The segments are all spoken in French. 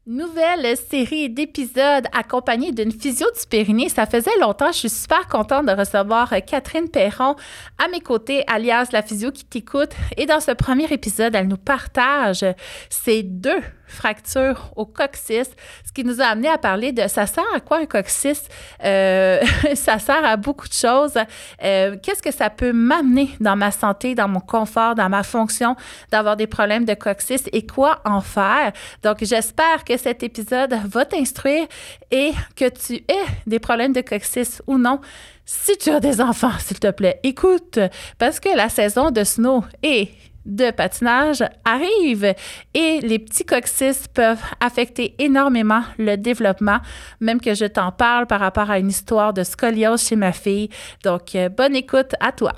Nouvelle série d'épisodes accompagnée d'une physio du périnée. Ça faisait longtemps. Je suis super contente de recevoir Catherine Perron à mes côtés, alias la physio qui t'écoute. Et dans ce premier épisode, elle nous partage ses 2 fractures au coccyx, ce qui nous a amené à parler de ça sert à quoi un coccyx? Ça sert à beaucoup de choses. Qu'est-ce que ça peut m'amener dans ma santé, dans mon confort, dans ma fonction d'avoir des problèmes de coccyx et quoi en faire? Donc, j'espère que cet épisode va t'instruire et que tu aies des problèmes de coccyx ou non. Si tu as des enfants, s'il te plaît, écoute, parce que la saison de snow et de patinage arrive et les petits coccyx peuvent affecter énormément le développement, même que je t'en parle par rapport à une histoire de scoliose chez ma fille. Donc, bonne écoute à toi.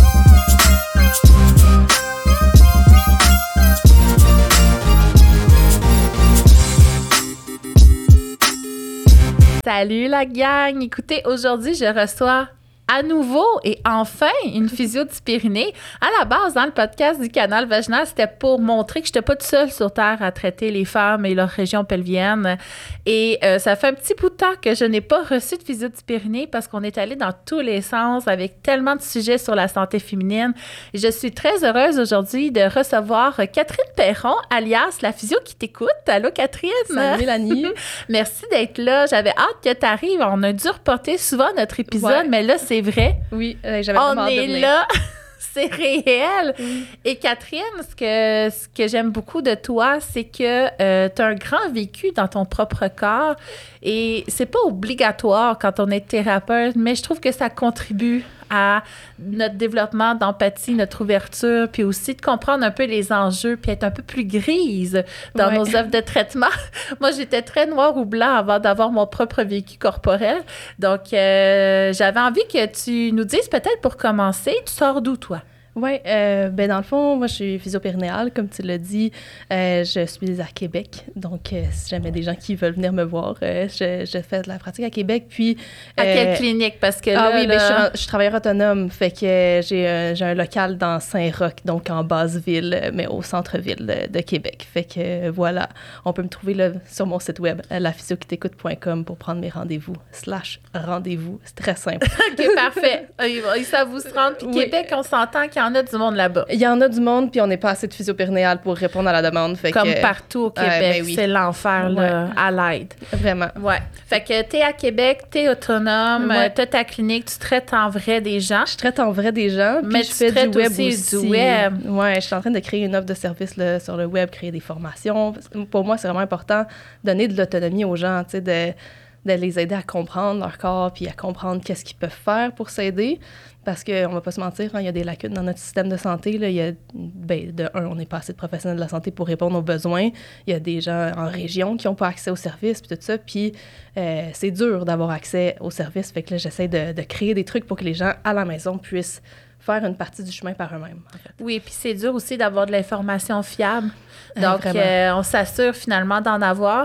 Salut la gang! Écoutez, aujourd'hui, je reçois à nouveau et enfin une physio du périnée. À la base, dans le podcast du canal vaginal, c'était pour montrer que je n'étais pas toute seule sur Terre à traiter les femmes et leurs régions pelviennes. Et ça fait un petit bout de temps que je n'ai pas reçu de physio du périnée parce qu'on est allé dans tous les sens avec tellement de sujets sur la santé féminine. Et je suis très heureuse aujourd'hui de recevoir Catherine Perron, alias la physio qui t'écoute. Allô, Catherine! Salut, Mélanie! Merci d'être là. J'avais hâte que tu arrives. On a dû reporter souvent notre épisode, mais là, c'est vrai. Oui, j'avais vraiment hâte de venir. On est là, c'est réel. Et Catherine, ce que j'aime beaucoup de toi, c'est que tu as un grand vécu dans ton propre corps et c'est pas obligatoire quand on est thérapeute, mais je trouve que ça contribue à notre développement d'empathie, notre ouverture, puis aussi de comprendre un peu les enjeux, puis être un peu plus grise dans nos offres de traitement. Moi, j'étais très noire ou blanc avant d'avoir mon propre vécu corporel. Donc, j'avais envie que tu nous dises peut-être pour commencer, tu sors d'où, toi? Oui, dans le fond, moi, je suis physio-périnéale, comme tu l'as dit. Je suis à Québec. Donc, si jamais des gens qui veulent venir me voir, je fais de la pratique à Québec. Puis, à quelle clinique? Parce que là... Ah oui, là... je suis travailleur autonome. Fait que j'ai un local dans Saint-Roch, donc en basse-ville, mais au centre-ville de Québec. Fait que voilà, on peut me trouver là, sur mon site web, laphysioquitécoute.com pour prendre mes rendez-vous. C'est très simple. OK, parfait. Ça vous se rendre. Puis Québec, on s'entend qu'il y en a du monde là-bas. Il y en a du monde, puis on n'est pas assez de physio-périnéale pour répondre à la demande. Fait comme partout au Québec, c'est l'enfer là, à l'aide. Vraiment. Ouais. Fait que t'es à Québec, t'es autonome, t'as ta clinique, tu traites en vrai des gens. Je traite en vrai des gens, puis mais je fais du web aussi. Du web. Ouais, je suis en train de créer une offre de service là, sur le web, créer des formations. Pour moi, c'est vraiment important de donner de l'autonomie aux gens, tu sais, de les aider à comprendre leur corps, puis à comprendre qu'est-ce qu'ils peuvent faire pour s'aider. Parce qu'on ne va pas se mentir, il y a des lacunes dans notre système de santé. Là. Il y a, on n'est pas assez de professionnels de la santé pour répondre aux besoins. Il y a des gens en région qui n'ont pas accès aux services, puis tout ça. Puis c'est dur d'avoir accès aux services. Fait que là, j'essaie de créer des trucs pour que les gens à la maison puissent faire une partie du chemin par eux-mêmes, en fait. Oui, puis c'est dur aussi d'avoir de l'information fiable. Donc, on s'assure finalement d'en avoir.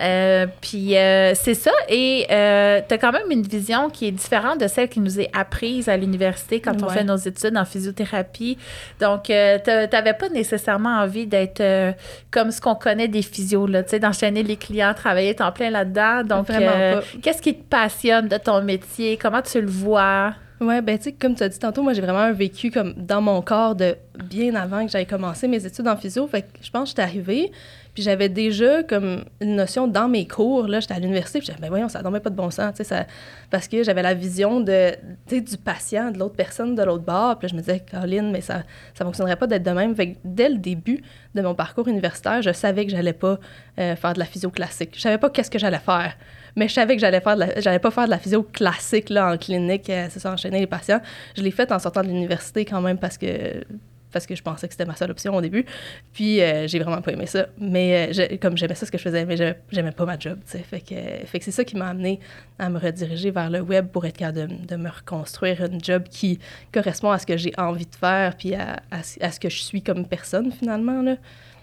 Puis, c'est ça. Et tu as quand même une vision qui est différente de celle qui nous est apprise à l'université quand on fait nos études en physiothérapie. Donc, tu n'avais pas nécessairement envie d'être comme ce qu'on connaît des physios, là, tu sais, d'enchaîner les clients, travailler en plein là-dedans. Donc, qu'est-ce qui te passionne de ton métier? Comment tu le vois? Oui, ben tu sais, comme tu as dit tantôt, moi, j'ai vraiment un vécu comme dans mon corps de bien avant que j'aille commencer mes études en physio. Fait que je pense que j'étais arrivée, puis j'avais déjà comme une notion dans mes cours, là, j'étais à l'université, puis j'avais, ben voyons, ça n'en met pas de bon sens, tu sais, ça... parce que j'avais la vision de, tu sais, du patient, de l'autre personne, de l'autre bord, puis je me disais, Caroline, mais ça fonctionnerait pas d'être de même. Fait que dès le début de mon parcours universitaire, je savais que j'allais pas faire de la physio classique. Je savais pas qu'est-ce que j'allais faire. Mais je savais que j'allais pas faire de la physio classique là, en clinique, c'est ça, enchaîner les patients. Je l'ai faite en sortant de l'université quand même parce que je pensais que c'était ma seule option au début. Puis j'ai vraiment pas aimé ça. Mais comme j'aimais ça ce que je faisais, mais j'aimais pas ma job, tu sais. Fait que c'est ça qui m'a amenée à me rediriger vers le web pour être capable de me reconstruire une job qui correspond à ce que j'ai envie de faire puis à ce que je suis comme personne finalement, là.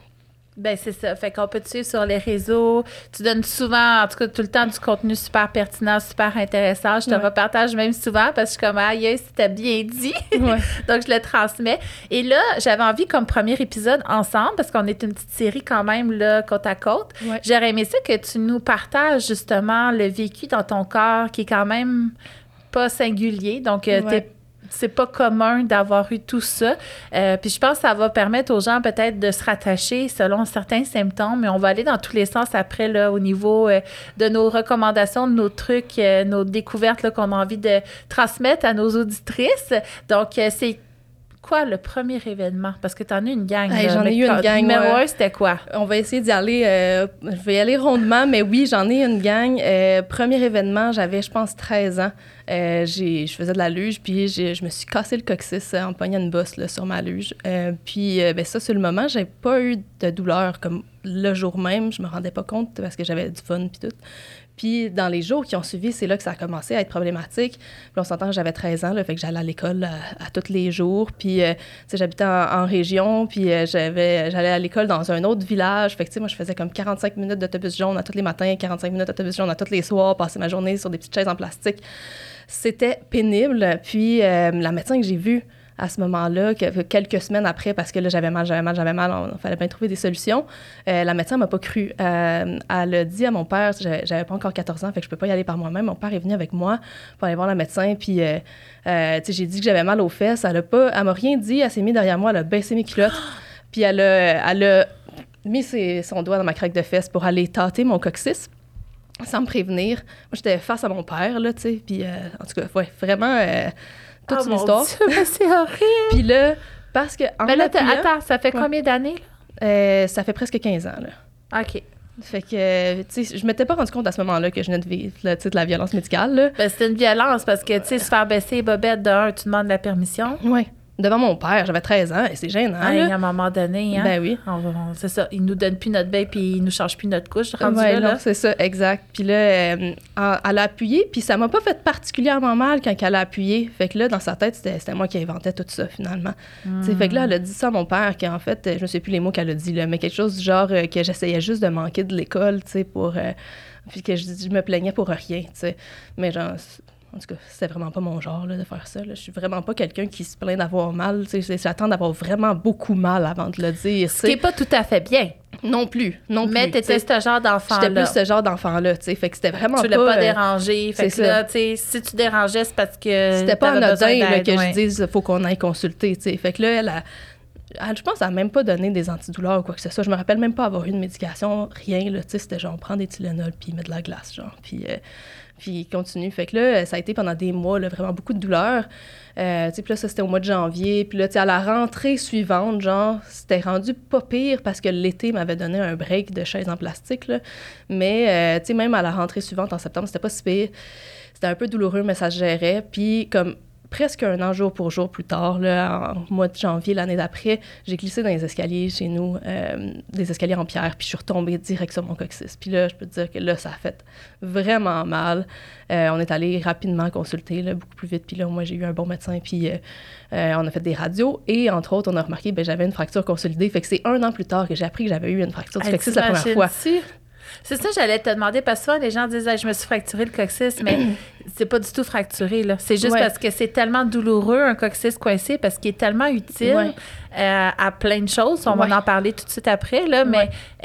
Ben c'est ça. Fait qu'on peut te suivre sur les réseaux. Tu donnes souvent, en tout cas, tout le temps, du contenu super pertinent, super intéressant. Je te repartage même souvent parce que je suis comme, aïe, c'était bien dit. Ouais. Donc, je le transmets. Et là, j'avais envie, comme premier épisode ensemble, parce qu'on est une petite série quand même, là, côte à côte. Ouais. J'aurais aimé ça que tu nous partages, justement, le vécu dans ton corps qui est quand même pas singulier. Donc, c'est pas commun d'avoir eu tout ça. Puis je pense que ça va permettre aux gens peut-être de se rattacher selon certains symptômes, mais on va aller dans tous les sens après là, au niveau de nos recommandations, de nos trucs, nos découvertes là, qu'on a envie de transmettre à nos auditrices. Donc, c'est quoi le premier événement? Parce que tu en as une gang. Hey, j'en ai eu une gang. Numéro 1, c'était quoi? On va essayer d'y aller. Je vais y aller rondement, mais oui, j'en ai une gang. Premier événement, j'avais, je pense, 13 ans. Je faisais de la luge, puis je me suis cassé le coccyx en pognant une bosse là, sur ma luge. Puis ça, sur le moment, j'ai pas eu de douleur comme le jour même. Je me rendais pas compte parce que j'avais du fun puis tout. Puis dans les jours qui ont suivi, c'est là que ça a commencé à être problématique. Puis on s'entend que j'avais 13 ans, là, fait que j'allais à l'école à tous les jours. Puis, tu sais, j'habitais en région, puis j'allais à l'école dans un autre village. Fait que, tu sais, moi, je faisais comme 45 minutes d'autobus jaune à tous les matins, 45 minutes d'autobus jaune à tous les soirs, passer ma journée sur des petites chaises en plastique. C'était pénible. Puis la médecin que j'ai vue à ce moment-là, quelques semaines après, parce que là, j'avais mal, il fallait bien trouver des solutions. La médecin m'a pas cru. Elle a dit à mon père, j'avais pas encore 14 ans, fait que je peux pas y aller par moi-même. Mon père est venu avec moi pour aller voir la médecin, puis tu sais, j'ai dit que j'avais mal aux fesses. Elle m'a rien dit, elle s'est mise derrière moi, elle a baissé mes culottes, puis elle a mis son doigt dans ma craque de fesses pour aller tâter mon coccyx, sans me prévenir. Moi, j'étais face à mon père, là, tu sais, puis en tout cas, ouais, vraiment... toute une histoire. Dieu, c'est horrible. Puis là, parce que... Mais là, attends, ça fait combien d'années? Ça fait presque 15 ans, là. OK. Fait que, tu sais, je m'étais pas rendu compte à ce moment-là que je venais de vivre, là, de la violence médicale, là. Ben, c'est une violence parce que, tu sais, se faire baisser les bobettes d'un, tu demandes la permission. Oui. Devant mon père, j'avais 13 ans et c'est gênant. À un moment donné, hein? Ben oui. C'est ça. Il nous donne plus notre bain puis il nous change plus notre couche. Non, c'est ça, exact. Puis là, elle a appuyé, puis ça m'a pas fait particulièrement mal quand elle a appuyé. Fait que là, dans sa tête, c'était moi qui inventais tout ça, finalement. Fait que là, elle a dit ça à mon père, qu'en fait, je ne sais plus les mots qu'elle a dit, là, mais quelque chose du genre que j'essayais juste de manquer de l'école, tu sais, pour... puis que je me plaignais pour rien, tu sais. Mais genre... En tout cas, c'était vraiment pas mon genre là, de faire ça. Là. Je suis vraiment pas quelqu'un qui se plaint d'avoir mal. J'attends d'avoir vraiment beaucoup mal avant de le dire. Ce qui n'est pas tout à fait bien. Non plus. Mais t'étais ce genre d'enfant-là. J'étais plus ce genre d'enfant-là, tu sais. Fait que c'était vraiment pas... Tu voulais pas déranger. Fait que là, tu sais, si tu dérangeais, c'est parce que c'était pas anodin là, que je dise « faut qu'on aille consulter », tu sais. Fait que là, je pense qu'elle n'a même pas donné des antidouleurs ou quoi que ce soit. Je me rappelle même pas avoir eu de médication, rien, là. Tu sais, c'était genre, prends des Tylenol puis mets de la glace, genre. Puis continue. Fait que là, ça a été pendant des mois, là, vraiment beaucoup de douleurs. Tu sais, puis là, ça, c'était au mois de janvier. Puis là, tu sais, à la rentrée suivante, genre, c'était rendu pas pire parce que l'été m'avait donné un break de chaise en plastique, là. Mais, tu sais, même à la rentrée suivante, en septembre, c'était pas si pire. C'était un peu douloureux, mais ça se gérait. Puis, comme presque un an jour pour jour plus tard, là, en mois de janvier, l'année d'après, j'ai glissé dans les escaliers chez nous, des escaliers en pierre, puis je suis retombée direct sur mon coccyx. Puis là, je peux te dire que là, ça a fait vraiment mal. On est allé rapidement consulter, là, beaucoup plus vite. Puis là, moi, j'ai eu un bon médecin, puis on a fait des radios. Et entre autres, on a remarqué que j'avais une fracture consolidée. Fait que c'est un an plus tard que j'ai appris que j'avais eu une fracture du coccyx la première fois. C'est ça, j'allais te demander, parce que souvent, les gens disent « je me suis fracturé le coccyx », mais c'est pas du tout fracturé, là. C'est juste parce que c'est tellement douloureux, un coccyx coincé, parce qu'il est tellement utile à plein de choses. On va en parler tout de suite après, là, mais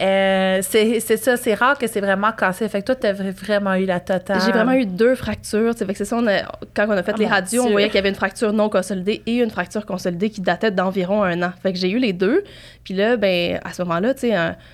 c'est ça, c'est rare que c'est vraiment cassé. Fait que toi, t'as vraiment eu la totale. J'ai vraiment eu 2 fractures. Fait que c'est ça, quand on a fait les radios, on voyait qu'il y avait une fracture non consolidée et une fracture consolidée qui datait d'environ 1 an. Fait que j'ai eu les 2. Puis là, ben à ce moment-là, tu sais,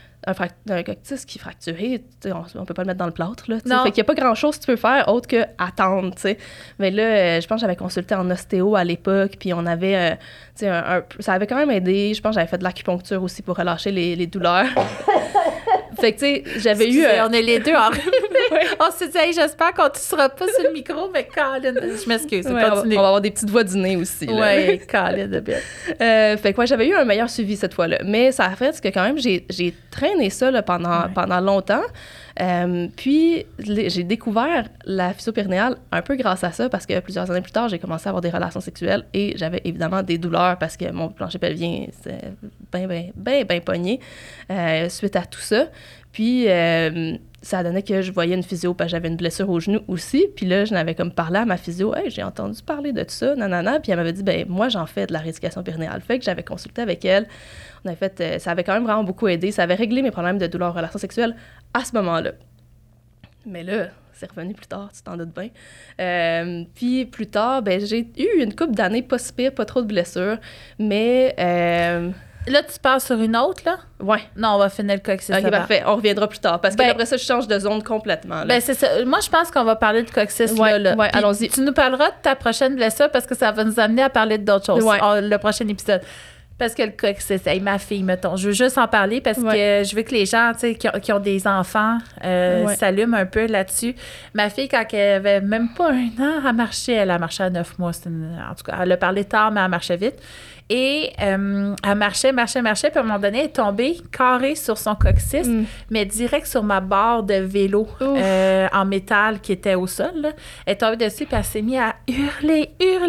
un coccyx qui est fracturé, on peut pas le mettre dans le plâtre, là. Fait qu'il y a pas grand-chose que tu peux faire autre que attendre, tu sais. Mais là, je pense que j'avais consulté en ostéo à l'époque, puis on avait, tu sais, ça avait quand même aidé. Je pense que j'avais fait de l'acupuncture aussi pour relâcher les douleurs. Fait que, tu sais, j'avais eu... on est les deux en On s'est dit, hey, j'espère qu'on ne sera pas sur le micro, mais Colin, je m'excuse, on va avoir des petites voix du nez aussi. Oui, Colin, de bien. Fait que, ouais, j'avais eu un meilleur suivi cette fois-là. Mais ça a fait que quand même, j'ai traîné ça là, pendant longtemps. Puis, j'ai découvert la physio-périnéale un peu grâce à ça, parce que plusieurs années plus tard, j'ai commencé à avoir des relations sexuelles et j'avais évidemment des douleurs parce que mon plancher pelvien, c'est bien pogné suite à tout ça. Puis, ça a donné que je voyais une physio parce que j'avais une blessure au genou aussi. Puis là, je n'avais comme parlé à ma physio. « Hey, j'ai entendu parler de tout ça, nanana. » Puis elle m'avait dit, ben moi, j'en fais de la rééducation périnéale. Fait que j'avais consulté avec elle. On avait fait, ça avait quand même vraiment beaucoup aidé. Ça avait réglé mes problèmes de douleur en relations sexuelles à ce moment-là. Mais là, c'est revenu plus tard, tu t'en doutes bien. Puis plus tard, ben j'ai eu une couple d'années pas si pire, pas trop de blessures. Mais... Là, tu pars sur une autre, là? Ouais. Non, on va finir le coccyx. OK, parfait. On reviendra plus tard. Parce que après ça, je change de zone complètement. Là. Ben, c'est ça. Moi, je pense qu'on va parler de coccyx, ouais, là. Ouais, allons-y. Tu nous parleras de ta prochaine blessure parce que ça va nous amener à parler d'autres choses. Ouais. Le prochain épisode. Parce que le coccyx, hey, ma fille, mettons, je veux juste en parler parce que je veux que les gens, tu sais, qui ont des enfants s'allument un peu là-dessus. Ma fille, quand elle avait même pas 1 an, elle a marché à 9 mois. En tout cas, elle a parlé tard, mais elle marchait vite. Et elle marchait, puis à un moment donné, elle est tombée carrée sur son coccyx, mais direct sur ma barre de vélo en métal qui était au sol. Là. Elle est tombée dessus, puis elle s'est mise à hurler.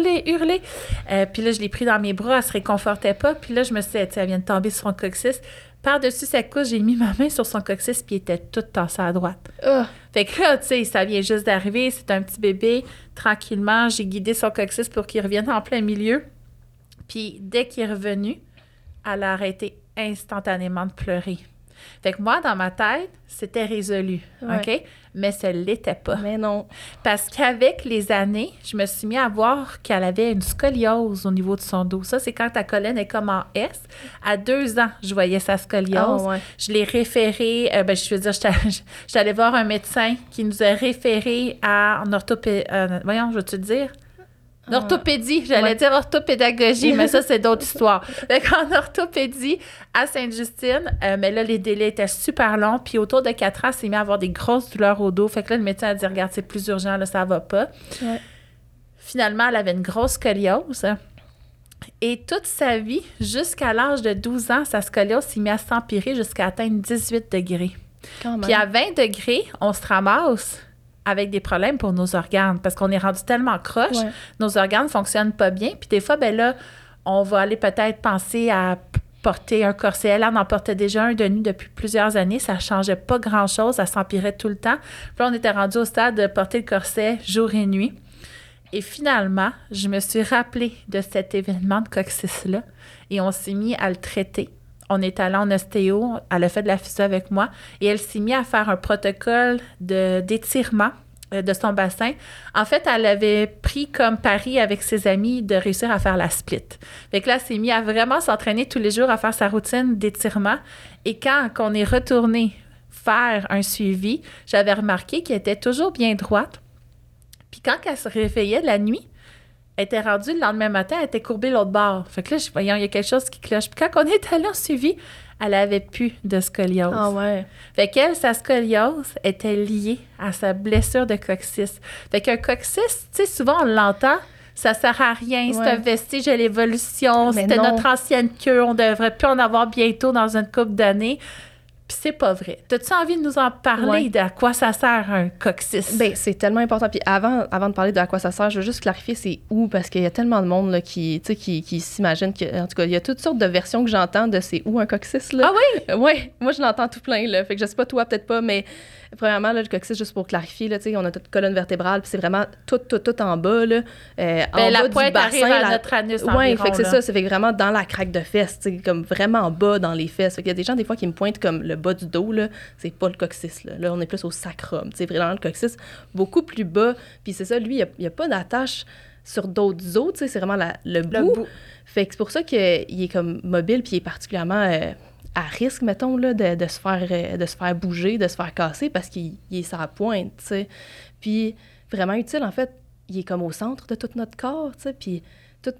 Puis là, je l'ai pris dans mes bras, elle se réconfortait pas. Puis là, je me suis dit, elle vient de tomber sur son coccyx. Par-dessus sa couche, j'ai mis ma main sur son coccyx, puis il était tout tassé à droite. Fait que là, tu sais, ça vient juste d'arriver, c'est un petit bébé. Tranquillement, j'ai guidé son coccyx pour qu'il revienne en plein milieu. Puis dès qu'il est revenu, elle a arrêté instantanément de pleurer. Fait que moi, dans ma tête, c'était résolu, OK? Mais ça ne l'était pas. Mais non. Parce qu'avec les années, je me suis mis à voir qu'elle avait une scoliose au niveau de son dos. Ça, c'est quand ta colonne est comme en S. À 2 ans, je voyais sa scoliose. Je l'ai référée, je veux dire, j'étais allée voir un médecin qui nous a référé en orthopédie. Voyons, je veux te dire? L'orthopédie, j'allais dire orthopédagogie, mais ça, c'est d'autres histoires. Fait qu'en orthopédie, à Sainte-Justine, mais là, les délais étaient super longs, puis autour de 4 ans, elle s'est mis à avoir des grosses douleurs au dos. Fait que là, le médecin a dit, regarde, c'est plus urgent, là, ça va pas. Ouais. Finalement, elle avait une grosse scoliose. Et toute sa vie, jusqu'à l'âge de 12 ans, sa scoliose s'est mise à s'empirer jusqu'à atteindre 18 degrés. Puis à 20 degrés, on se ramasse avec des problèmes pour nos organes, parce qu'on est rendu tellement croche, nos organes ne fonctionnent pas bien. Puis des fois, ben là, on va aller peut-être penser à porter un corset. Elle en portait déjà un de nuit depuis plusieurs années. Ça ne changeait pas grand-chose. Ça s'empirait tout le temps. Puis là, on était rendu au stade de porter le corset jour et nuit. Et finalement, je me suis rappelée de cet événement de coccyx-là et on s'est mis à le traiter. On est allé en ostéo, elle a fait de la physio avec moi et elle s'est mise à faire un protocole d'étirement de son bassin. En fait, elle avait pris comme pari avec ses amis de réussir à faire la split. Fait que là, elle s'est mise à vraiment s'entraîner tous les jours à faire sa routine d'étirement. Et quand on est retourné faire un suivi, j'avais remarqué qu'elle était toujours bien droite. Puis quand elle se réveillait la nuit, elle était rendue le lendemain matin, elle était courbée l'autre bord. Fait que là, voyons, il y a quelque chose qui cloche. Puis quand on est allé en suivi, elle avait plus de scoliose. Ah ouais. Fait qu'elle, sa scoliose était liée à sa blessure de coccyx. Fait qu'un coccyx, tu sais, souvent on l'entend, ça sert à rien, c'est un vestige de l'évolution, c'était notre ancienne queue, on devrait plus en avoir bientôt dans une couple d'années. Puis c'est pas vrai. T'as-tu envie de nous en parler d'à quoi ça sert un coccyx? Bien, c'est tellement important. Puis avant de parler de à quoi ça sert, je veux juste clarifier c'est où, parce qu'il y a tellement de monde là, qui s'imagine que, en tout cas, il y a toutes sortes de versions que j'entends de c'est où un coccyx, là. Ah oui? Oui, moi je l'entends tout plein, là. Fait que je sais pas toi, peut-être pas, mais premièrement, là, le coccyx, juste pour clarifier, là, on a toute colonne vertébrale, puis c'est vraiment tout en bas, là. En la bas pointe du bassin, arrive à notre anus environ. Oui, fait que c'est ça, c'est vraiment dans la craque de fesses, comme vraiment bas dans les fesses. Fait qu'il y a des gens, des fois, qui me pointent comme le bas du dos, là, c'est pas le coccyx, là. Là, on est plus au sacrum, tu sais, vraiment le coccyx, beaucoup plus bas. Puis c'est ça, lui, il y a pas d'attache sur d'autres os, tu sais, c'est vraiment le bout. Fait que c'est pour ça qu'il est comme mobile, puis il est particulièrement à risque, mettons, là, de se faire bouger, de se faire casser, parce qu'il est sur la pointe, tu sais. Puis vraiment utile, en fait, il est comme au centre de tout notre corps, tu sais, puis tous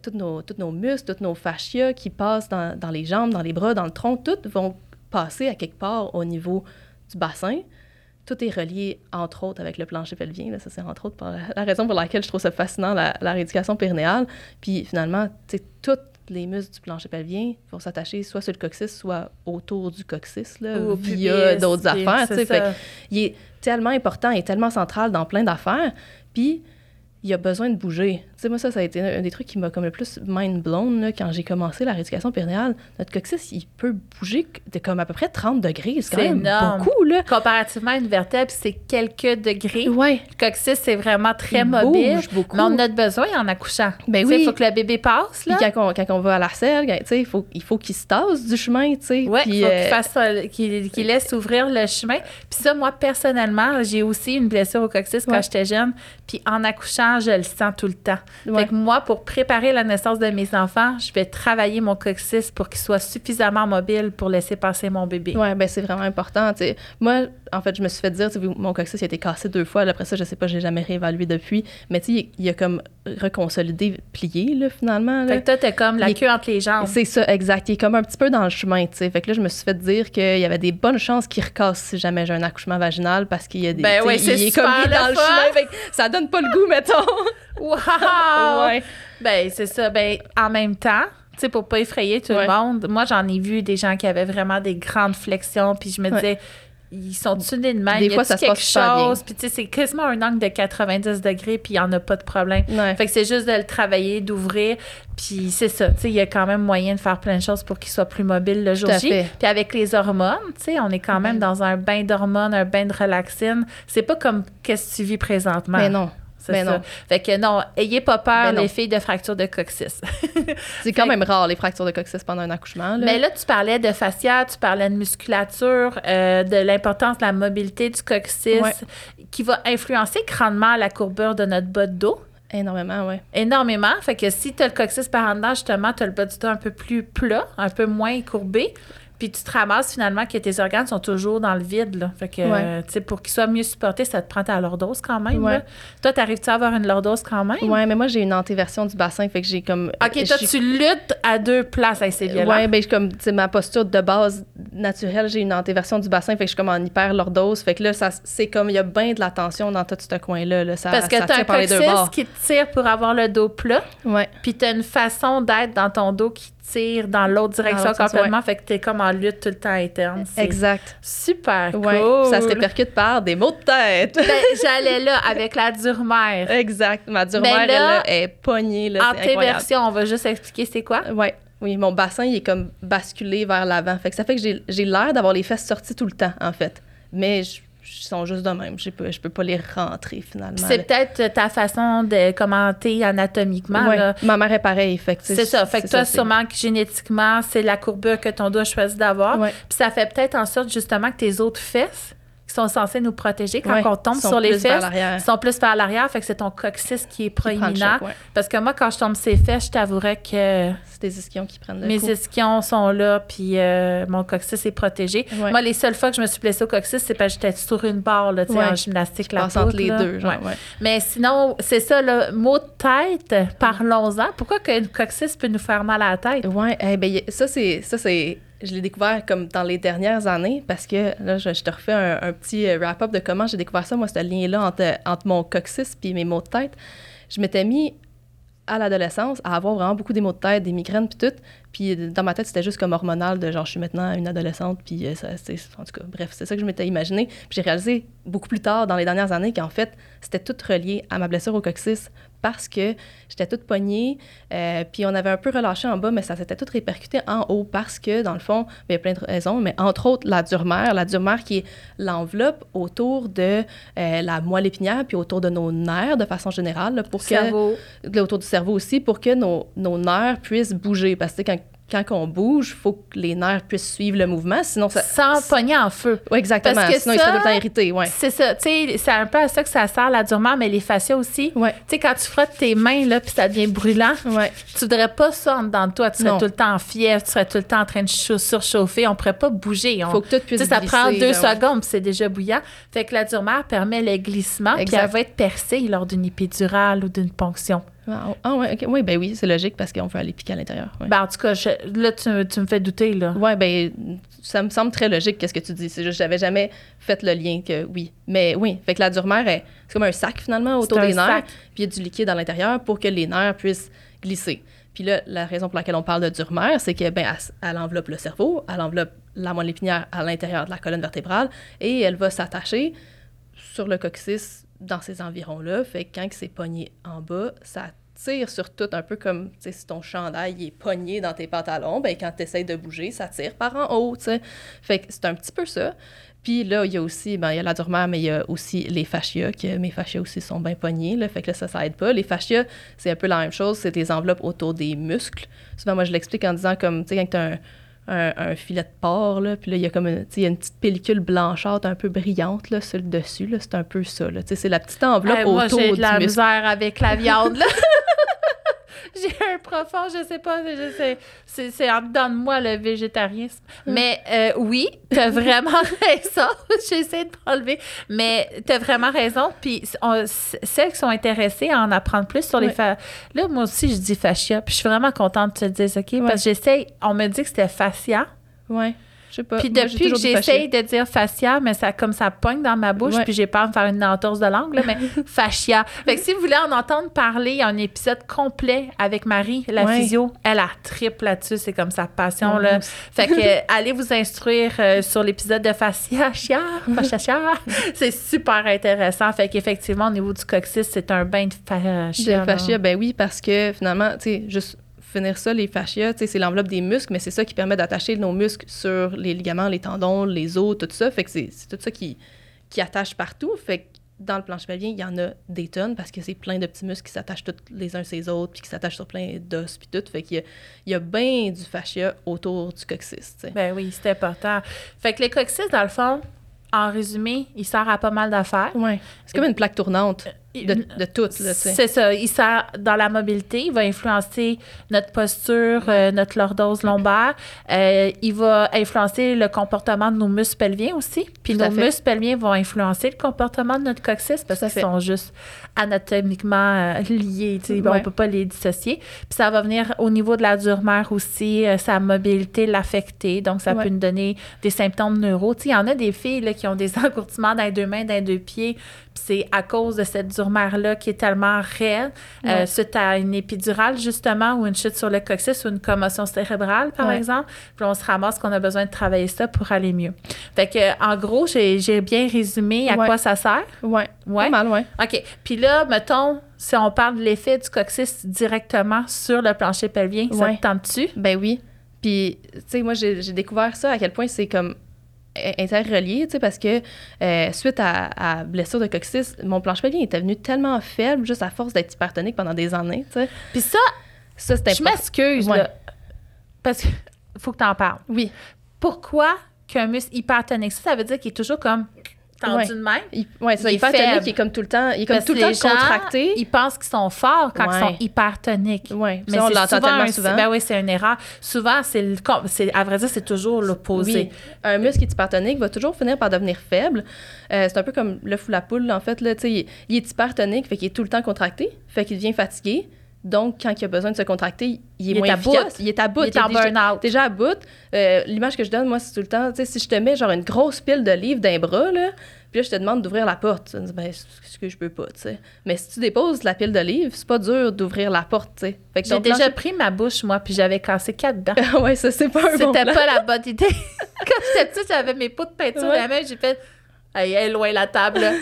nos muscles, tous nos fascias qui passent dans les jambes, dans les bras, dans le tronc, tous vont passer à quelque part au niveau du bassin. Tout est relié, entre autres, avec le plancher pelvien. Là. Ça, c'est entre autres la raison pour laquelle je trouve ça fascinant, la rééducation périnéale. Puis finalement, tu sais, tout les muscles du plancher pelvien vont s'attacher soit sur le coccyx, soit autour du coccyx, là, Ou via pubis, d'autres affaires. c'est ça. Fait il est tellement important, il est tellement central dans plein d'affaires. Puis, il a besoin de bouger. Tu sais, moi, ça a été un des trucs qui m'a comme le plus mind-blown, là, quand j'ai commencé la rééducation périnéale. Notre coccyx, il peut bouger de comme à peu près 30 degrés. C'est quand même énorme. beaucoup, là. Comparativement à une vertèbre, c'est quelques degrés. Ouais. Le coccyx, c'est vraiment très Il mobile. bouge beaucoup. Mais on a besoin en accouchant. Ben Tu sais, oui. il faut que le bébé passe, là. Puis quand on va à la selle, tu sais, il faut qu'il se tasse du chemin, tu sais. Oui, Puis, il faut qu'il fasse qu'il laisse ouvrir le chemin. Puis ça, moi, personnellement, j'ai aussi une blessure au coccyx quand Ouais. j'étais jeune. Puis en accouchant, je le sens tout le temps. Ouais. Fait que moi, pour préparer la naissance de mes enfants, je vais travailler mon coccyx pour qu'il soit suffisamment mobile pour laisser passer mon bébé. Ouais, ben c'est vraiment important, tu sais. Moi, en fait, je me suis fait dire, tu sais, mon coccyx il a été cassé 2 fois. Après ça, je sais pas, j'ai jamais réévalué depuis. Mais tu sais, il a comme reconsolidé, plié, là, finalement. Là. Fait que toi, t'es comme la Il est- queue entre les jambes. C'est ça, exact. Il est comme un petit peu dans le chemin, tu sais. Fait que là, je me suis fait dire qu'il y avait des bonnes chances qu'il recasse si jamais j'ai un accouchement vaginal parce qu'il y a des. Ben tu sais, oui, c'est il est comme super il est dans le le fun. chemin. Fait que ça donne pas le goût, mettons. Wow! Ouais. Ben, c'est ça. Ben, en même temps, tu sais, pour pas effrayer tout Ouais. le monde, moi, j'en ai vu des gens qui avaient vraiment des grandes flexions, puis je me Ouais. disais, ils sont-tu nés de même? Des Y a-tu fois, ça se quelque passe super bien. chose? Puis, tu sais, c'est quasiment un angle de 90 degrés, puis il n'y en a pas de problème. Ouais. Fait que c'est juste de le travailler, d'ouvrir, puis c'est ça. Tu sais, il y a quand même moyen de faire plein de choses pour qu'il soit plus mobile le jour à J. fait. Puis avec les hormones, tu sais, on est quand même dans un bain d'hormones, un bain de relaxine. C'est pas comme qu'est-ce que tu vis présentement. Mais non. C'est Ben ça. non. Fait que non, ayez pas peur, Ben non. les filles, de fractures de coccyx. C'est quand même rare, les fractures de coccyx pendant un accouchement. Là. Mais là, tu parlais de fascia, tu parlais de musculature, de l'importance de la mobilité du coccyx, Ouais. qui va influencer grandement la courbure de notre bas de dos. Énormément, oui. Énormément. Fait que si tu as le coccyx par en dedans, justement, tu as le bas du dos un peu plus plat, un peu moins courbé. Puis tu te ramasses finalement que tes organes sont toujours dans le vide. Là. Fait que, Ouais. tu sais, pour qu'ils soient mieux supportés, ça te prend ta lordose quand même. Ouais. Là. Toi, t'arrives-tu à avoir une lordose quand même? Ouais, mais moi, j'ai une antéversion du bassin, fait que j'ai comme... OK, toi, tu luttes à deux places. Hey, c'est violent. Ouais, ben comme, tu sais, ma posture de base naturelle, j'ai une antéversion du bassin, fait que je suis comme en hyperlordose. Fait que là, c'est comme, il y a bien de la tension dans tout ce coin-là. Là. Ça, Parce que ça tu as un tire par les deux coccyx bords. qui te tire pour avoir le dos plat, Ouais. puis tu as une façon d'être dans ton dos qui tire dans l'autre direction l'autre sens, complètement. Fait que tu es comme en lutte tout le temps interne. C'est Exact. super Ouais. cool. Ça se répercute par des maux de tête. Ben, j'allais là avec la dure-mère. Exact. Ma dure Mais mère, là, elle est pognée, là, En c'est tes incroyable. versions, on va juste expliquer c'est quoi. Ouais. Oui, mon bassin, il est comme basculé vers l'avant. Fait que ça fait que j'ai l'air d'avoir les fesses sorties tout le temps, en fait. Mais ils sont juste de même. Je peux pas les rentrer, finalement. C'est là. peut-être ta façon de commenter anatomiquement. Ouais. Là. Ma mère est pareille. Fait que, C'est ça. Fait que toi, c'est- sûrement que génétiquement, c'est la courbure que ton dos a choisi d'avoir. Ouais. Puis ça fait peut-être en sorte justement que tes autres fesses, qui sont censées nous protéger quand Ouais, on tombe sont sur les plus vers fesses, l'arrière. sont plus vers l'arrière. Fait que c'est ton coccyx qui est prend le proéminent. choc, ouais. Parce que moi, quand je tombe ses fesses, je t'avouerais que C'est des ischions qui prennent le mes coup. ischions sont là, puis mon coccyx est protégé. Ouais. Moi, les seules fois que je me suis blessée au coccyx, c'est parce que j'étais sur une barre, là, tu sais, Ouais. en gymnastique, la Passe entre poutre, les là. deux, genre, Ouais. ouais. Mais sinon, c'est ça, le mot de tête, parlons-en. Pourquoi qu'une coccyx peut nous faire mal à la tête? Ouais, ça, c'est... Je l'ai découvert comme dans les dernières années parce que là, je te refais un petit wrap-up de comment j'ai découvert ça, moi, ce lien-là entre mon coccyx puis mes maux de tête. Je m'étais mis à l'adolescence à avoir vraiment beaucoup des maux de tête, des migraines puis tout. Puis dans ma tête, c'était juste comme hormonal de genre, je suis maintenant une adolescente puis en tout cas, bref, c'est ça que je m'étais imaginé. Puis j'ai réalisé beaucoup plus tard, dans les dernières années, qu'en fait, c'était tout relié à ma blessure au coccyx parce que j'étais toute pognée, puis on avait un peu relâché en bas, mais ça s'était tout répercuté en haut parce que, dans le fond, il y a plein de raisons, mais entre autres, la dure-mère qui est l'enveloppe autour de la moelle épinière puis autour de nos nerfs de façon générale, là, pour Cerveau. autour du cerveau aussi, pour que nos nerfs puissent bouger. Parce que quand on bouge, il faut que les nerfs puissent suivre le mouvement, sinon ça... Sans pogner en feu. Oui, exactement. Parce que Sinon, ils ça, seraient tout le temps irrités, ouais. C'est ça, tu sais, c'est un peu à ça que ça sert la dure-mère, mais les fascias aussi. Ouais. Tu sais, quand tu frottes tes mains, là, puis ça devient brûlant, Ouais. tu voudrais pas ça en dedans de toi. Tu serais Non. tout le temps en fièvre, tu serais tout le temps en train de surchauffer. On pourrait pas bouger. Il faut que tout puisse Tu sais, ça glisser, prend 2 là, ouais. secondes, puis c'est déjà bouillant. Fait que la dure-mère permet le glissement, puis Exact. elle va être percée lors d'une épidurale ou d'une ponction. Ah ouais, OK. Oui, ben oui, c'est logique parce qu'on peut aller piquer à l'intérieur. Ouais. Ben, en tout cas, là, tu me fais douter, là. Ouais, ben ça me semble très logique qu'est-ce que tu dis. C'est juste j'avais jamais fait le lien que oui. Mais oui, fait que la dure-mère, c'est comme un sac finalement autour C'est un des nerfs, sac. puis il y a du liquide à l'intérieur pour que les nerfs puissent glisser. Puis là, la raison pour laquelle on parle de durmère, c'est que elle enveloppe le cerveau, elle enveloppe la moelle épinière à l'intérieur de la colonne vertébrale et elle va s'attacher sur le coccyx dans ces environs-là. Fait que quand c'est pogné en bas, ça tire sur tout, un peu comme si ton chandail est pogné dans tes pantalons, ben quand tu essaies de bouger, ça tire par en haut, t'sais. Fait que c'est un petit peu ça. Puis là, il y a aussi, il y a la durmère, mais il y a aussi les fascias, que mes fascias aussi sont bien pognés, là, fait que là, ça aide pas. Les fascias, c'est un peu la même chose, c'est des enveloppes autour des muscles. Souvent, moi, je l'explique en disant comme, tu sais, quand t'as un filet de porc, là, puis là, il y a comme il y a une petite pellicule blanchâtre un peu brillante, là, sur le dessus, là, c'est un peu ça, là. Tu sais, c'est la petite enveloppe autour du muscle. Moi, j'ai de la misère avec la viande, là. J'ai un profond, je sais pas, c'est en dedans de moi, le végétarisme. Mais oui, t'as vraiment raison. J'essaie de m'enlever. Mais t'as vraiment raison. Puis celles qui sont intéressées à en apprendre plus sur les Là, moi aussi, je dis fascia. Puis je suis vraiment contente de te dire, OK? Parce que j'essaie... On me dit que c'était fascia. Ouais. Je sais pas. Puis depuis que j'essaye de dire fascia, mais ça pogne dans ma bouche, puis j'ai peur de faire une entorse de langue, là, mais fascia. Fait que si vous voulez en entendre parler, il y a un épisode complet avec Marie, la physio. Elle a triple là-dessus, c'est comme sa passion, là. Fait que allez vous instruire sur l'épisode de fascia. C'est super intéressant. Fait qu'effectivement, au niveau du coccyx, c'est un bain de fascia. De fascia, ben oui, parce que finalement, tu sais, juste finir ça, les fascias, c'est l'enveloppe des muscles, mais c'est ça qui permet d'attacher nos muscles sur les ligaments, les tendons, les os, tout ça. Fait que c'est tout ça qui attache partout. Fait que dans le plancher pelvien, il y en a des tonnes parce que c'est plein de petits muscles qui s'attachent tous les uns ces autres puis qui s'attachent sur plein d'os puis tout. Fait qu'il y a bien du fascia autour du coccyx, t'sais. Ben oui, c'est important. Fait que les coccyx, dans le fond, en résumé, il sert à pas mal d'affaires. Oui. C'est comme une plaque tournante de tout, là, tu sais. C'est ça. Il sert dans la mobilité. Il va influencer notre posture, notre lordose lombaire. Il va influencer le comportement de nos muscles pelviens aussi. Puis nos muscles pelviens vont influencer le comportement de notre coccyx parce qu'ils sont juste anatomiquement liés. Tu sais, on peut pas les dissocier. Puis ça va venir au niveau de la durmère aussi, sa mobilité l'affecter. Donc, ça peut nous donner des symptômes neuro. Tu sais, il y en a des filles là, qui ont des engourdissements dans les deux mains, dans les deux pieds. Puis c'est à cause de cette durmère-là qui est tellement raide, suite à une épidurale, justement, ou une chute sur le coccyx ou une commotion cérébrale, par exemple. Puis on se ramasse qu'on a besoin de travailler ça pour aller mieux. Fait que, en gros, j'ai bien résumé à quoi ça sert. Oui, pas mal, oui. OK. Puis là, mettons, si on parle de l'effet du coccyx directement sur le plancher pelvien, ça te tente-tu? Ben oui. Puis, tu sais, moi, j'ai découvert ça, à quel point c'est comme interrelié, tu sais, parce que suite à blessure de coccyx, mon plancher pelvien était devenu tellement faible juste à force d'être hypertonique pendant des années, tu sais. Puis ça c'est important. Je m'excuse, là, parce qu'il faut que tu en parles. Oui. Pourquoi qu'un muscle hypertonique? Ça veut dire qu'il est toujours comme tendu de même. Oui, c'est ça. Hypertonique, il est comme tout le temps, contracté. Ils pensent qu'ils sont forts quand ils sont hypertoniques. Oui, mais on l'entend tellement souvent. Ben oui, c'est une erreur. Souvent, à vrai dire, c'est toujours l'opposé. Oui. Un muscle qui est hypertonique va toujours finir par devenir faible. C'est un peu comme l'œuf ou la poule, en fait. Là, il est hypertonique, fait qu'il est tout le temps contracté, fait qu'il devient fatigué. Donc, quand il a besoin de se contracter, il est moins efficace. Il est à bout. Il est en burn-out. Déjà à bout. L'image que je donne, moi, c'est tout le temps, tu sais, si je te mets genre une grosse pile de livres d'un bras, là, puis là, je te demande d'ouvrir la porte. Tu dis, ben, c'est ce que je peux pas, tu sais. Mais si tu déposes la pile de livres, c'est pas dur d'ouvrir la porte, tu sais. J'ai déjà pris ma bouche, moi, puis j'avais cassé 4 dents. Ouais, ça, c'est pas un bon plan. C'était pas la bonne idée. Quand j'étais petite, j'avais mes pots de peinture dans la main, j'ai fait... Elle est loin la table, là.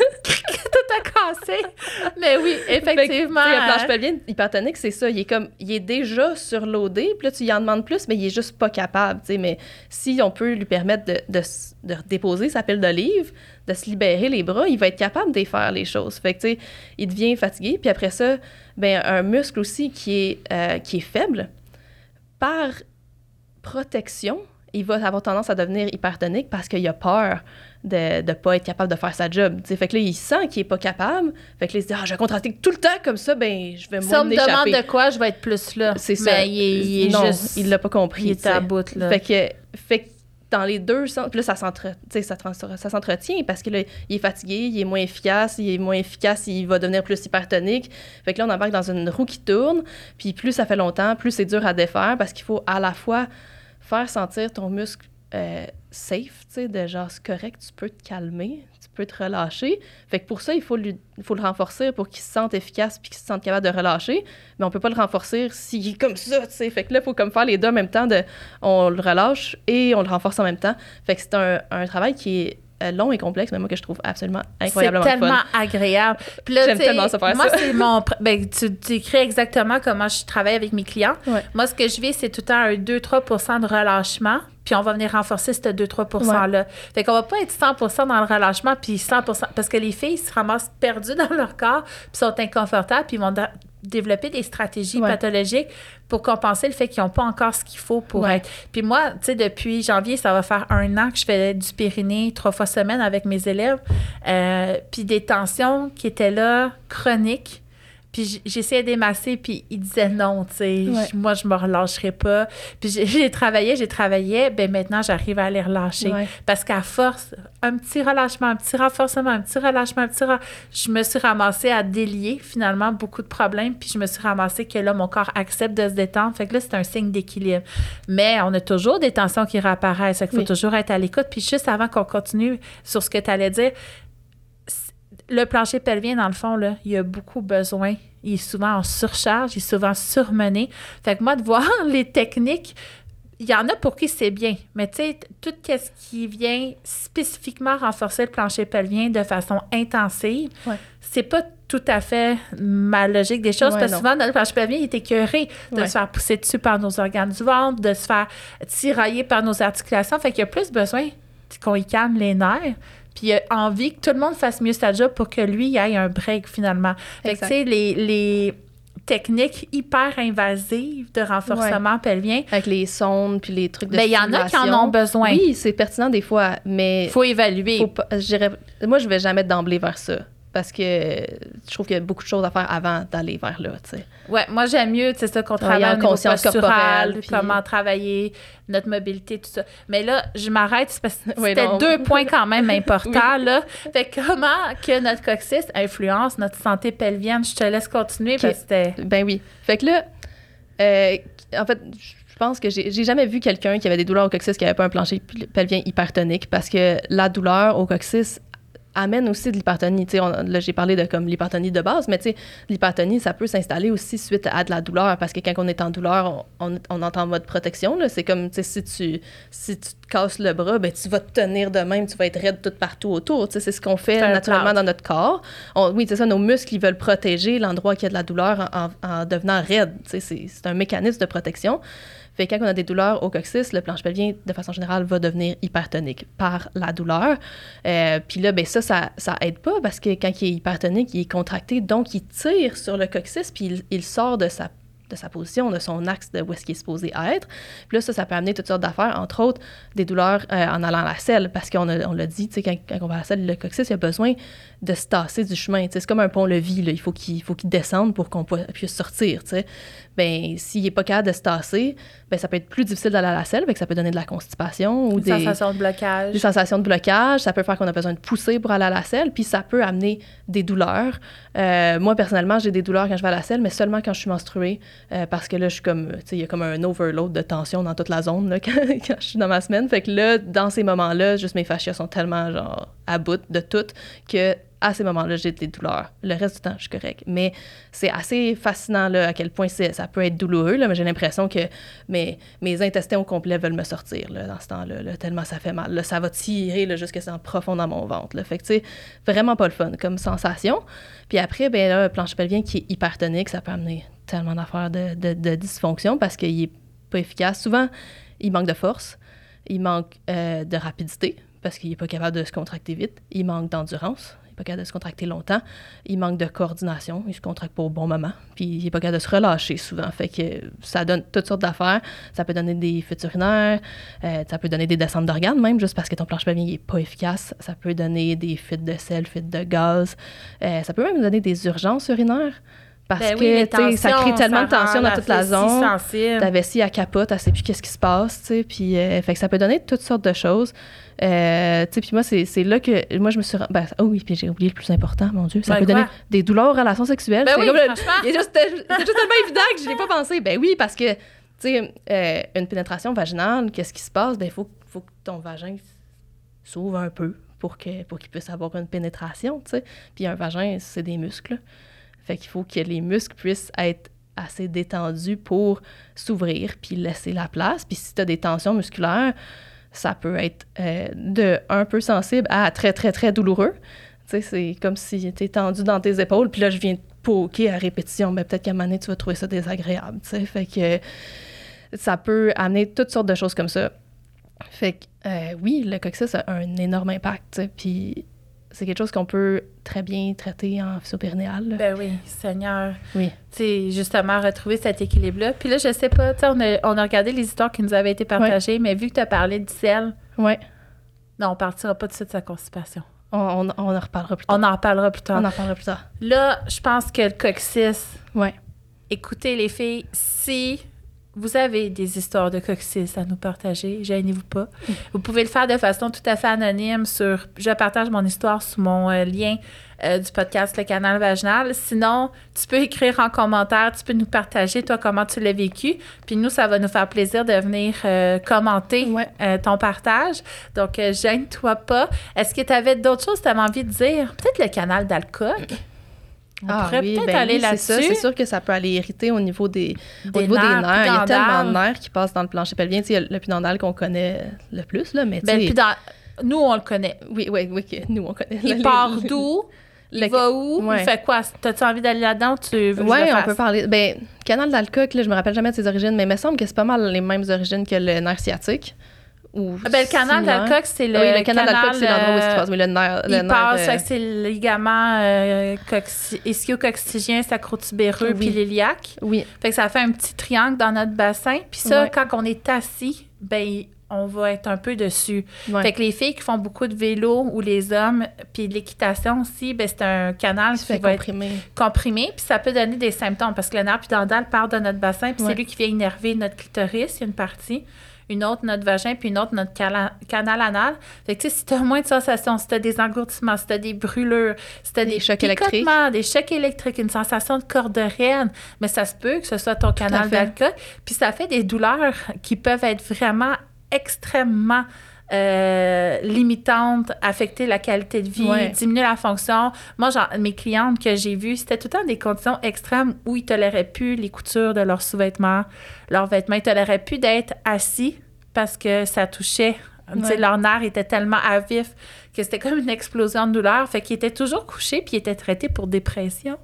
Tout a cassé. Mais oui, effectivement. Le plancher pelvien hypertonique, c'est ça. Il est déjà surloadé, puis là, tu y en demandes plus, mais il est juste pas capable, tu sais. Mais si on peut lui permettre de déposer sa pile de livres, de se libérer les bras, il va être capable de faire les choses. Fait que, tu sais, il devient fatigué. Puis après ça, ben un muscle aussi qui est faible, par protection, il va avoir tendance à devenir hypertonique parce qu'il a peur de ne pas être capable de faire sa job. T'sais. Fait que là, il sent qu'il n'est pas capable. Fait que là, il se dit « Ah, je vais contracter tout le temps comme ça, ben je vais moins m'échapper. » Si on me demande de quoi, je vais être plus là. C'est ça. Mais il est non, juste... il l'a pas compris. Il est à bout, là. Fait que dans les deux sens... Puis là, ça s'entretient parce que là, il est fatigué, il est moins efficace. Il va devenir plus hypertonique. Fait que là, on embarque dans une roue qui tourne. Puis plus ça fait longtemps, plus c'est dur à défaire parce qu'il faut à la fois faire sentir ton muscle safe, tu sais, de genre, c'est correct, tu peux te calmer, tu peut te relâcher. Fait que pour ça, il faut le renforcer pour qu'il se sente efficace puis qu'il se sente capable de relâcher. Mais on peut pas le renforcer s'il est comme ça, tu sais. Fait que là, il faut comme faire les deux en même temps. On le relâche et on le renforce en même temps. Fait que c'est un travail qui est long et complexe, mais moi que je trouve absolument incroyablement fun. C'est tellement agréable. Puis là, j'aime tellement ça faire moi, ça. C'est mon... Ben, tu décris exactement comment je travaille avec mes clients. Ouais. Moi, ce que je vis, c'est tout le temps un 2-3 % de relâchement, puis on va venir renforcer ce 2-3 % là. Fait qu'on va pas être 100 % dans le relâchement, puis 100 % parce que les filles se ramassent perdues dans leur corps, puis sont inconfortables, puis ils vont développer des stratégies pathologiques pour compenser le fait qu'ils n'ont pas encore ce qu'il faut pour être. Puis moi, tu sais, depuis janvier, ça va faire 1 an que je fais du périnée 3 fois semaine avec mes élèves. Puis des tensions qui étaient là, chroniques. Puis j'essayais d'émasser, puis ils disaient non, tu sais, moi, je me relâcherai pas. Puis j'ai travaillé, ben maintenant, j'arrive à les relâcher. Ouais. Parce qu'à force, un petit relâchement, un petit renforcement, un petit relâchement, je me suis ramassée à délier, finalement, beaucoup de problèmes, puis je me suis ramassée que là, mon corps accepte de se détendre. Fait que là, c'est un signe d'équilibre. Mais on a toujours des tensions qui réapparaissent, fait qu'il faut toujours être à l'écoute. Puis juste avant qu'on continue sur ce que tu allais dire, le plancher pelvien, dans le fond, là, il a beaucoup besoin. Il est souvent en surcharge, il est souvent surmené. Fait que moi, de voir les techniques, il y en a pour qui c'est bien. Mais tu sais, tout ce qui vient spécifiquement renforcer le plancher pelvien de façon intensive, c'est pas tout à fait ma logique des choses. Parce que souvent, notre plancher pelvien, il est écœuré de se faire pousser dessus par nos organes du ventre, de se faire tirailler par nos articulations. Fait qu'il y a plus besoin qu'on y calme les nerfs. Puis il a envie que tout le monde fasse mieux sa job pour que lui il ait un break finalement. Fait que tu sais, les techniques hyper invasives de renforcement pelvien. Avec les sondes puis les trucs de stimulation. Il y en a qui en ont besoin. Oui, c'est pertinent des fois, mais... Faut évaluer. Moi, je vais jamais d'emblée vers ça. Parce que je trouve qu'il y a beaucoup de choses à faire avant d'aller vers là, tu sais. Ouais, moi, j'aime mieux, tu sais, ça, qu'on travaille en conscience corporelle, comment travailler notre mobilité, tout ça. Mais là, je m'arrête parce que c'était 2 points quand même importants, là. Fait que comment que notre coccyx influence notre santé pelvienne? Je te laisse continuer parce que c'était... Ben oui. Fait que là, en fait... Je pense que j'ai jamais vu quelqu'un qui avait des douleurs au coccyx qui n'avait pas un plancher pelvien hypertonique parce que la douleur au coccyx amène aussi de l'hypertonie. Là, j'ai parlé de comme l'hypertonie de base, mais l'hypertonie, ça peut s'installer aussi suite à de la douleur parce que quand on est en douleur, on entre en mode protection. Là. C'est comme si tu te casses le bras, ben, tu vas te tenir de même, tu vas être raide tout partout autour. C'est ce qu'on fait naturellement dans notre corps. Oui, c'est ça, nos muscles, ils veulent protéger l'endroit qui a de la douleur en devenant raide. C'est un mécanisme de protection. Fait que quand on a des douleurs au coccyx, le plancher pelvien, de façon générale, va devenir hypertonique par la douleur. Puis là, ben ça aide pas parce que quand il est hypertonique, il est contracté, donc il tire sur le coccyx puis il sort de sa position, de son axe de où est-ce qu'il est supposé être. Puis là, ça peut amener toutes sortes d'affaires, entre autres des douleurs en allant à la selle, parce qu'on l'a dit, tu sais, quand on va à la selle, le coccyx, il a besoin de se tasser du chemin. C'est comme un pont-levis, là. Il faut qu'il descende pour qu'on puisse sortir, tu sais. Ben s'il n'est pas capable de se tasser, ben ça peut être plus difficile d'aller à la selle, fait que ça peut donner de la constipation ou des sensations de blocage. Des sensations de blocage. Ça peut faire qu'on a besoin de pousser pour aller à la selle, puis ça peut amener des douleurs. Moi, personnellement, j'ai des douleurs quand je vais à la selle, mais seulement quand je suis menstruée, parce que là, je suis comme, tu sais, il y a comme un overload de tension dans toute la zone là, quand je suis dans ma semaine. Fait que là, dans ces moments-là, juste mes fascias sont tellement genre à bout de tout que à ces moments-là, j'ai des douleurs. Le reste du temps, je suis correcte. Mais c'est assez fascinant là, à quel point ça peut être douloureux. Là, mais j'ai l'impression que mes intestins au complet veulent me sortir là, dans ce temps-là, là, tellement ça fait mal. Là, ça va tirer là, jusque dans profond dans mon ventre. Là. Fait que, tu sais, vraiment pas le fun comme sensation. Puis après, ben là, le plancher pelvien qui est hypertonique, ça peut amener tellement d'affaires de dysfonction parce qu'il est pas efficace. Souvent, il manque de force, il manque de rapidité parce qu'il est pas capable de se contracter vite, il manque d'endurance. Il n'est pas capable de se contracter longtemps. Il manque de coordination. Il se contracte pas au bon moment. Puis il n'est pas capable de se relâcher souvent. Fait que ça donne toutes sortes d'affaires. Ça peut donner des fuites urinaires. Ça peut donner des descentes d'organes même, juste parce que ton plancher pelvien n'est pas efficace. Ça peut donner des fuites de sel, fuites de gaz. Ça peut même donner des urgences urinaires. Parce que ça crée tellement de tension dans toute la zone. Ta vessie, elle capote, elle sait plus qu'est-ce qui se passe. Puis fait que ça peut donner toutes sortes de choses. Puis moi, c'est là que moi, je me suis... oui, puis j'ai oublié le plus important, mon Dieu. Ça peut donner des douleurs aux relations sexuelles. Ben oui, franchement. C'est juste tellement évident que je n'y ai pas pensé. Ben oui, parce que, tu sais, une pénétration vaginale, qu'est-ce qui se passe? Ben il faut que ton vagin s'ouvre un peu pour qu'il puisse avoir une pénétration, tu sais. Puis un vagin, c'est des muscles. Fait qu'il faut que les muscles puissent être assez détendus pour s'ouvrir puis laisser la place. Puis si tu as des tensions musculaires, ça peut être de un peu sensible à très, très, très douloureux. Tu sais, c'est comme si tu es tendu dans tes épaules, puis là, je viens te poker à répétition. Mais peut-être qu'à un moment donné, tu vas trouver ça désagréable, tu sais. Fait que ça peut amener toutes sortes de choses comme ça. Fait que, oui, le coccyx a un énorme impact, tu sais. Puis c'est quelque chose qu'on peut très bien traiter en physio-périnéale. Ben oui, Seigneur. Oui. Tu sais, justement, retrouver cet équilibre-là. Puis là, je sais pas, tu sais, on a regardé les histoires qui nous avaient été partagées, mais vu que tu as parlé du sel, non, on partira pas tout de suite de sa constipation. On en reparlera plus tard. On en reparlera plus tard. On en reparlera plus tard. Là, je pense que le coccyx... Ouais. Écoutez, les filles, si vous avez des histoires de coccyx à nous partager, gênez-vous pas. Vous pouvez le faire de façon tout à fait anonyme sur... Je partage mon histoire sous mon lien du podcast Le Canal Vaginal. Sinon, tu peux écrire en commentaire, tu peux nous partager, toi, comment tu l'as vécu. Puis nous, ça va nous faire plaisir de venir commenter ton partage. Donc, gêne-toi pas. Est-ce que tu avais d'autres choses que tu avais envie de dire? Peut-être le canal d'Alcock? On pourrait peut-être aller là-dessus. C'est sûr que ça peut aller irriter au niveau des nerfs. Il y a tellement de nerfs qui passent dans le plancher pelvien. Il y a le pudendal qu'on connaît le plus, là, mais nous, on le connaît. Oui, nous, on connaît. Il part d'où? Il va où? Il fait quoi? T'as-tu envie d'aller là-dedans? Oui, on peut parler. Ben, canal d'Alcock, là, je me rappelle jamais de ses origines, mais il me semble que c'est pas mal les mêmes origines que le nerf sciatique. Le canal d'Alcock, c'est le. Oui, le canal d'Alcock, c'est l'endroit où il se passe. Oui, le nerf. Passe, c'est le ligament ischio-coccygien, sacrotubéreux, puis l'iliaque. Oui. Fait que ça fait un petit triangle dans notre bassin. Puis ça, quand on est assis, ben on va être un peu dessus. Fait que les filles qui font beaucoup de vélo ou les hommes, puis l'équitation aussi, ben c'est un canal qui va être comprimé. Puis ça peut donner des symptômes parce que le nerf pudendal part de notre bassin, puis c'est lui qui vient innerver notre clitoris, il y a une partie. Une autre, notre vagin, puis une autre, notre canal anal. Fait que, tu sais, si tu as moins de sensations, si tu as des engourdissements, si tu as des brûlures, si tu as des chocs électriques, des chocs électriques, une sensation de corde raide, mais ça se peut que ce soit ton canal d'Alcock. Puis ça fait des douleurs qui peuvent être vraiment extrêmement limitantes, affecter la qualité de vie, diminuer la fonction. Moi, mes clientes que j'ai vues, c'était tout le temps des conditions extrêmes où ils toléraient plus les coutures de leurs sous-vêtements, leurs vêtements. Ils toléraient plus d'être assis parce que ça touchait. Leur nerf était tellement à vif que c'était comme une explosion de douleur. Fait qu'ils étaient toujours couchés puis ils étaient traités pour dépression.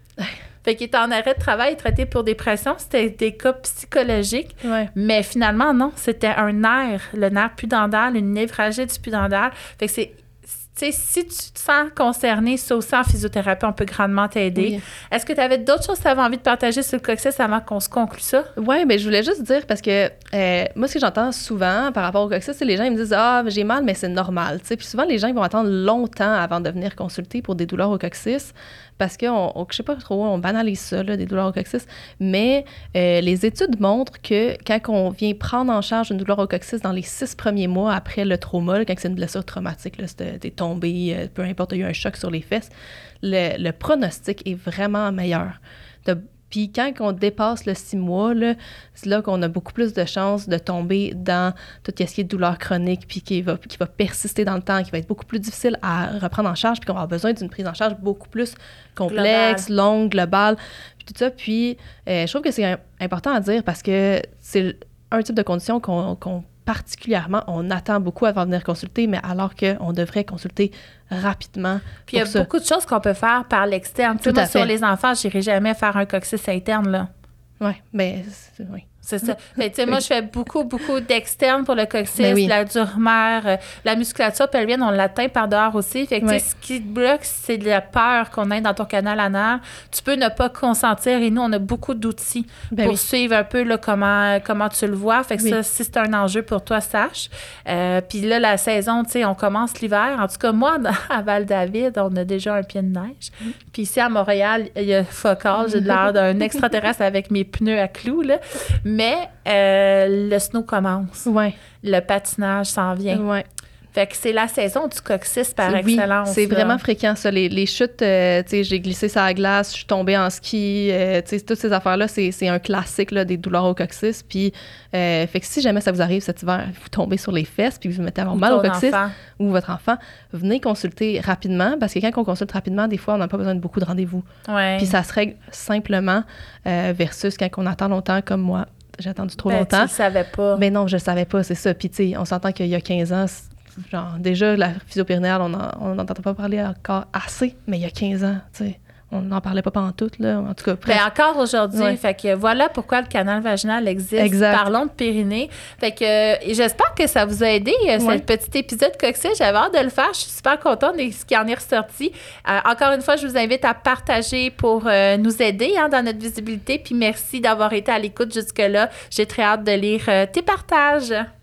Fait qu'il était en arrêt de travail, traité pour dépression. C'était des cas psychologiques. Mais finalement, non, c'était un nerf, le nerf pudendal, une névralgie du pudendal. Fait que c'est... Tu sais, si tu te sens concerné, ça aussi en physiothérapie, on peut grandement t'aider. Oui. Est-ce que tu avais d'autres choses que tu avais envie de partager sur le coccyx avant qu'on se conclue ça? Oui, mais je voulais juste dire, parce que moi, ce que j'entends souvent par rapport au coccyx, c'est les gens ils me disent « Ah, j'ai mal, mais c'est normal. » Puis souvent, les gens ils vont attendre longtemps avant de venir consulter pour des douleurs au coccyx parce que, je sais pas trop, on banalise ça, là, des douleurs au coccyx, mais les études montrent que quand on vient prendre en charge une douleur au coccyx dans les 6 premiers mois après le trauma, là, quand c'est une blessure traumatique, là, t'es tombé, peu importe, il y a eu un choc sur les fesses, le pronostic est vraiment meilleur. Puis quand on dépasse le 6 mois, là, c'est là qu'on a beaucoup plus de chances de tomber dans tout ce qui est douleur chronique puis qui va persister dans le temps, qui va être beaucoup plus difficile à reprendre en charge puis qu'on va avoir besoin d'une prise en charge beaucoup plus complexe, longue, globale, puis tout ça. Puis je trouve que c'est important à dire parce que c'est un type de condition qu'on particulièrement, on attend beaucoup avant de venir consulter, mais alors qu'on devrait consulter rapidement. Puis il y a beaucoup de choses qu'on peut faire par l'externe. Tout à fait. Sur les enfants, je n'irai jamais faire un coccyx interne, là. Oui, mais oui. C'est ça. Mais tu sais, moi, je fais beaucoup d'externes pour le coccyx, la dure-mère, la musculature pelvienne, on l'atteint par dehors aussi. Fait que tu sais, ce qui te bloque, c'est de la peur qu'on ait dans ton canal anal. Tu peux ne pas consentir et nous, on a beaucoup d'outils pour suivre un peu là, comment tu le vois. Fait que ça, si c'est un enjeu pour toi, sache. Puis là, la saison, tu sais, on commence l'hiver. En tout cas, moi, à Val-David, on a déjà un pied de neige. Puis ici, à Montréal, il y a focal. J'ai l'air d'un extraterrestre avec mes pneus à clous, là. Mais le snow commence. Le patinage s'en vient. Fait que c'est la saison du coccyx par excellence. Oui, c'est là. vraiment fréquent, ça. Les chutes, tu sais, j'ai glissé sur la glace, je suis tombée en ski, tu sais, toutes ces affaires-là, c'est un classique, là, des douleurs au coccyx. Puis, fait que si jamais ça vous arrive cet hiver, vous tombez sur les fesses, puis vous vous mettez à avoir mal au coccyx, ou votre enfant, venez consulter rapidement, parce que quand on consulte rapidement, des fois, on n'a pas besoin de beaucoup de rendez-vous. Ouais. Puis ça se règle simplement versus quand on attend longtemps, comme moi. J'ai attendu trop longtemps. Tu le savais pas. Mais non, je le savais pas, c'est ça. Puis, tu sais, on s'entend qu'il y a 15 ans, genre, déjà, la physio-périnéale, on n'entend pas parler encore assez, mais il y a 15 ans, tu sais, on n'en parlait pas en tout, là. En tout cas, Ben encore aujourd'hui. Ouais. Fait que voilà pourquoi le canal vaginal existe. Exact. Parlons de périnée. Fait que j'espère que ça vous a aidé, ce petit épisode coccyx. J'avais hâte de le faire. Je suis super contente de ce qui en est ressorti. Encore une fois, je vous invite à partager pour nous aider dans notre visibilité. Puis merci d'avoir été à l'écoute jusque-là. J'ai très hâte de lire tes partages.